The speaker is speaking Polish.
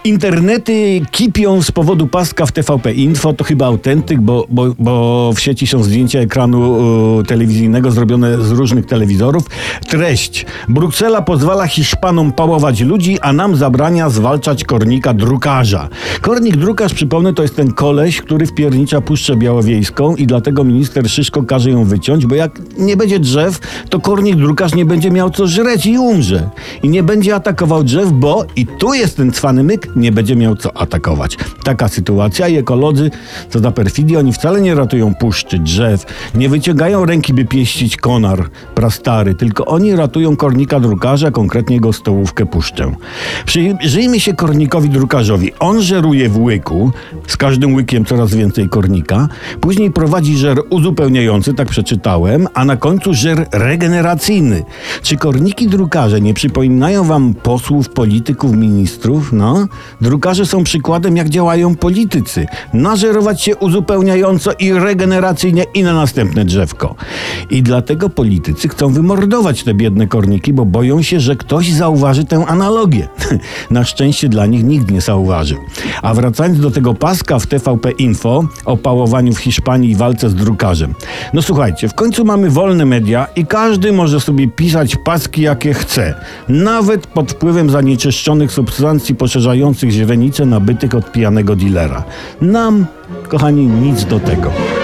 Internety kipią z powodu paska w TVP Info, to chyba autentyk, bo w sieci są zdjęcia ekranu telewizyjnego zrobione z różnych telewizorów. Treść. Bruksela pozwala Hiszpanom pałować ludzi, a nam zabrania zwalczać kornika drukarza. Kornik drukarz, przypomnę, to jest ten koleś, który wpiernicza Puszczę Białowiejską i dlatego minister Szyszko każe ją wyciąć, bo jak nie będzie drzew, to kornik drukarz nie będzie miał co żreć i umrze. I nie będzie atakował drzew, bo, i tu jest ten cwany myk, nie będzie miał co atakować. Taka sytuacja i ekolodzy, co za perfidia, oni wcale nie ratują puszczy, drzew, nie wyciągają ręki, by pieścić konar prastary, tylko oni ratują kornika drukarza, konkretnie jego stołówkę Puszczę. Przyjrzyjmy się kornikowi drukarzowi. On żeruje w łyku, z każdym łykiem coraz więcej kornika, później prowadzi żer uzupełniający, tak przeczytałem, a na końcu żer regeneracyjny. Czy korniki drukarze nie przypominają wam posłów, polityków, ministrów? No, drukarze są przykładem, jak działają politycy. Nażerować się uzupełniająco i regeneracyjnie i na następne drzewko. I dlatego politycy chcą wymordować te biedne korniki, bo boją się, że ktoś zauważy tę analogię. Na szczęście dla nich nikt nie zauważył. A wracając do tego paska w TVP Info o pałowaniu w Hiszpanii i walce z drukarzem. No słuchajcie, w końcu mamy wolne media i każdy może sobie pisać paski, jakie chce. Nawet pod wpływem zanieczyszczonych substancji poszerzających źrenice nabytych od pijanego dilera. Nam, kochani, nic do tego.